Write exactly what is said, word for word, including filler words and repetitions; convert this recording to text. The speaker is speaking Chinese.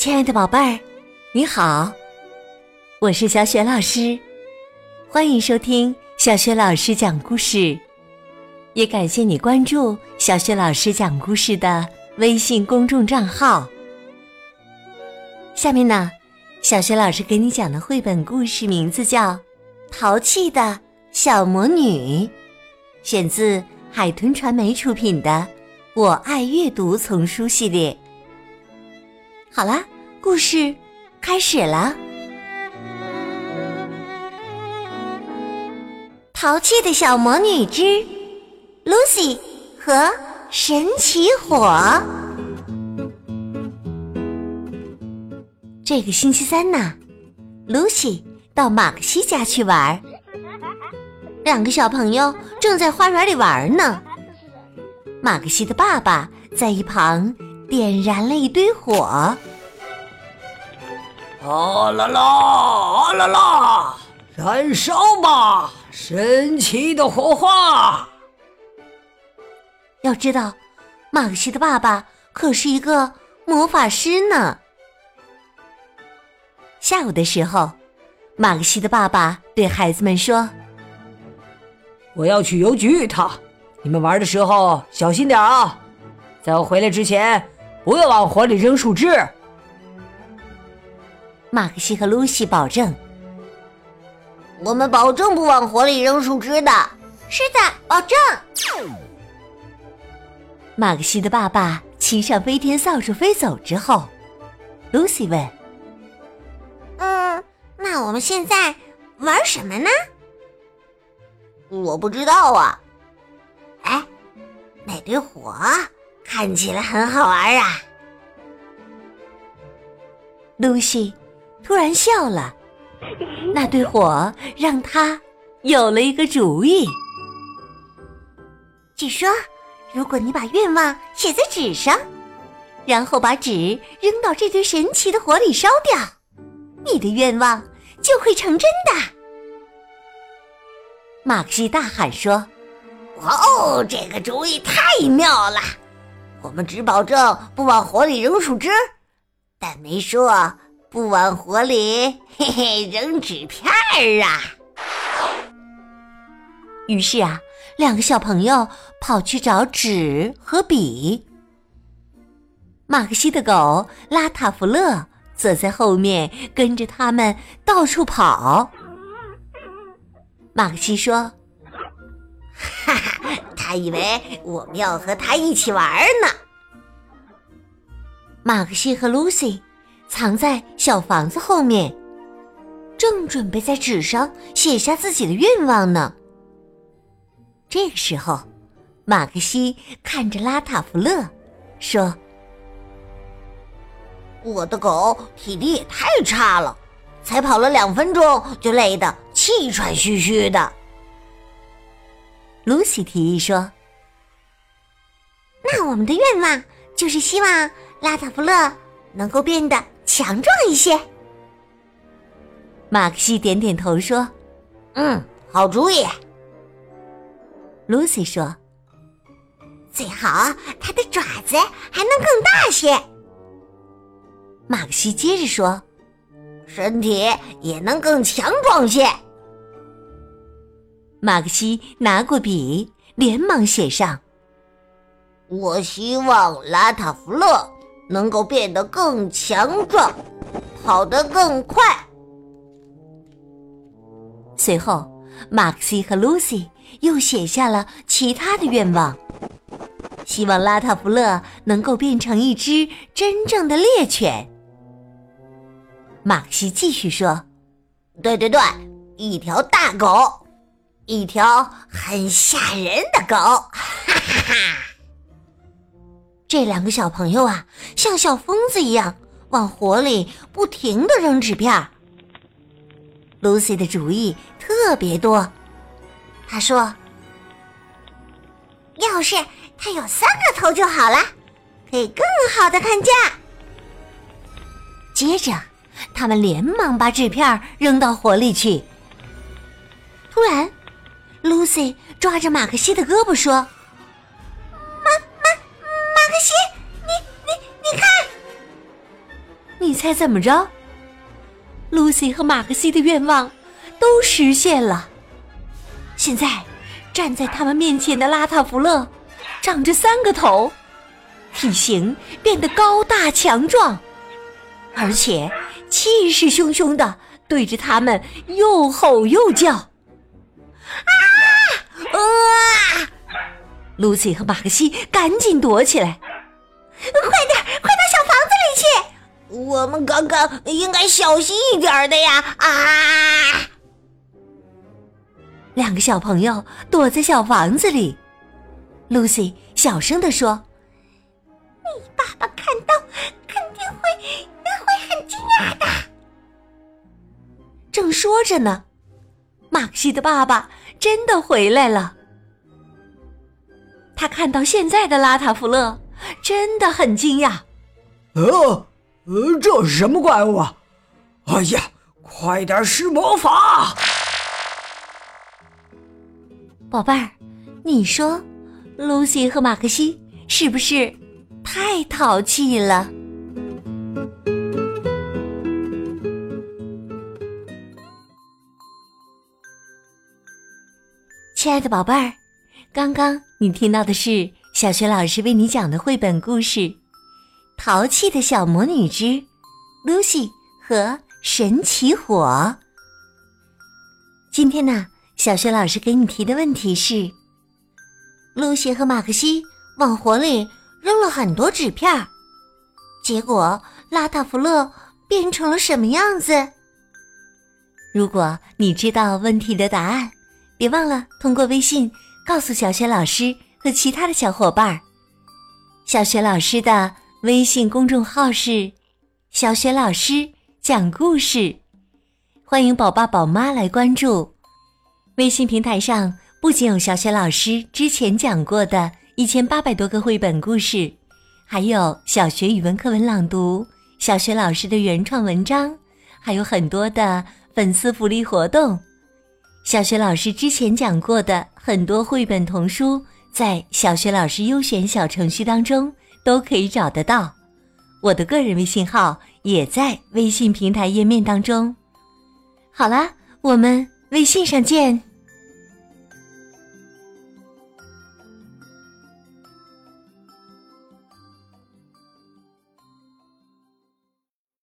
亲爱的宝贝儿，你好，我是小雪老师，欢迎收听小雪老师讲故事，也感谢你关注小雪老师讲故事的微信公众账号。下面呢，小雪老师给你讲的绘本故事名字叫《淘气的小魔女》，选自海豚传媒出品的《我爱阅读》丛书系列。好啦，故事开始了。淘气的小魔女之 Lucy 和神奇火。这个星期三呢， Lucy 到马克西家去玩，两个小朋友正在花园里玩呢。马克西的爸爸在一旁点燃了一堆火。 啊啦啦，啊啦啦，燃烧吧，神奇的火花！ 要知道，马克西的爸爸可是一个魔法师呢。下午的时候，马克西的爸爸对孩子们说： 我要去邮局一趟，你们玩的时候小心点啊，在我回来之前不要往火里扔树枝。 马克西和露西保证： 我们保证不往火里扔树枝的。是的，保证。 马克西的爸爸骑上飞天扫帚飞走之后，露西问： 嗯，那我们现在玩什么呢？我不知道啊。哎，那堆火看起来很好玩啊。 露西突然笑了，那堆火让她有了一个主意。 据说，如果你把愿望写在纸上， 然后把纸扔到这堆神奇的火里烧掉，你的愿望就会成真的。马克西大喊说： 哇哦，这个主意太妙了！我们只保证不往火里扔树枝，但没说不往火里嘿嘿扔纸片儿啊。 于是啊，两个小朋友跑去找纸和笔。马克西的狗拉塔弗勒则在后面跟着他们到处跑。马克西说： 哈哈，他以为我们要和他一起玩呢。 马克西和露西藏在小房子后面，正准备在纸上写下自己的愿望呢。这个时候，马克西看着拉塔弗勒说： 我的狗体力也太差了，才跑了两分钟就累得气喘吁吁的。 露西提议说： 那我们的愿望就是希望拉塔弗勒能够变得强壮一些。 马克西点点头说： 嗯，好主意。 露西说： 最好它的爪子还能更大些。 马克西接着说： 身体也能更强壮些。 马克西拿过笔，连忙写上： 我希望拉塔弗勒能够变得更强壮，跑得更快。 随后，马克西和露西又写下了其他的愿望，希望拉塔弗勒能够变成一只真正的猎犬。马克西继续说： 对对对，一条大狗，一条很吓人的狗，哈哈哈。 这两个小朋友啊，像小疯子一样往火里不停地扔纸片。Lucy 的主意特别多，她说： 要是它有三个头就好了，可以更好的看家。 接着他们连忙把纸片扔到火里去。突然 Lucy 抓着马克西的胳膊说：马马马克西，你你你看，你猜猜怎么着？露西和马克西的愿望都实现了。现在站在他们面前的拉塔弗勒长着三个头，体型变得高大强壮，而且气势汹汹地对着他们又吼又叫。啊！啊！露西和马克西赶紧躲起来。快点，快到小房子里去！ 我们刚刚应该小心一点的呀！啊！ 两个小朋友躲在小房子里。露西小声地说：“ 你爸爸看到肯定会会很惊讶的。” 正说着呢，马克西的爸爸真的回来了。他看到现在的拉塔弗勒，真的很惊讶。 呃，呃，这是什么怪物啊？哎呀，快点施魔法！ 宝贝儿，你说，露西和马克西是不是太淘气了？亲爱的宝贝儿，刚刚你听到的是小学老师为你讲的绘本故事《淘气的小魔女之露西和神奇火》。今天呢，小学老师给你提的问题是：露西和马克西往火里扔了很多纸片，结果拉塔弗勒变成了什么样子？如果你知道问题的答案，别忘了通过微信告诉小学老师和其他的小伙伴。小学老师的微信公众号是小学老师讲故事，欢迎宝爸宝妈来关注。微信平台上不仅有小学老师之前讲过的一千八百多个绘本故事，还有小学语文课文朗读，小学老师的原创文章，还有很多的粉丝福利活动。小学老师之前讲过的很多绘本童书，在小学老师优选小程序当中都可以找得到。我的个人微信号也在微信平台页面当中。好啦，我们微信上见。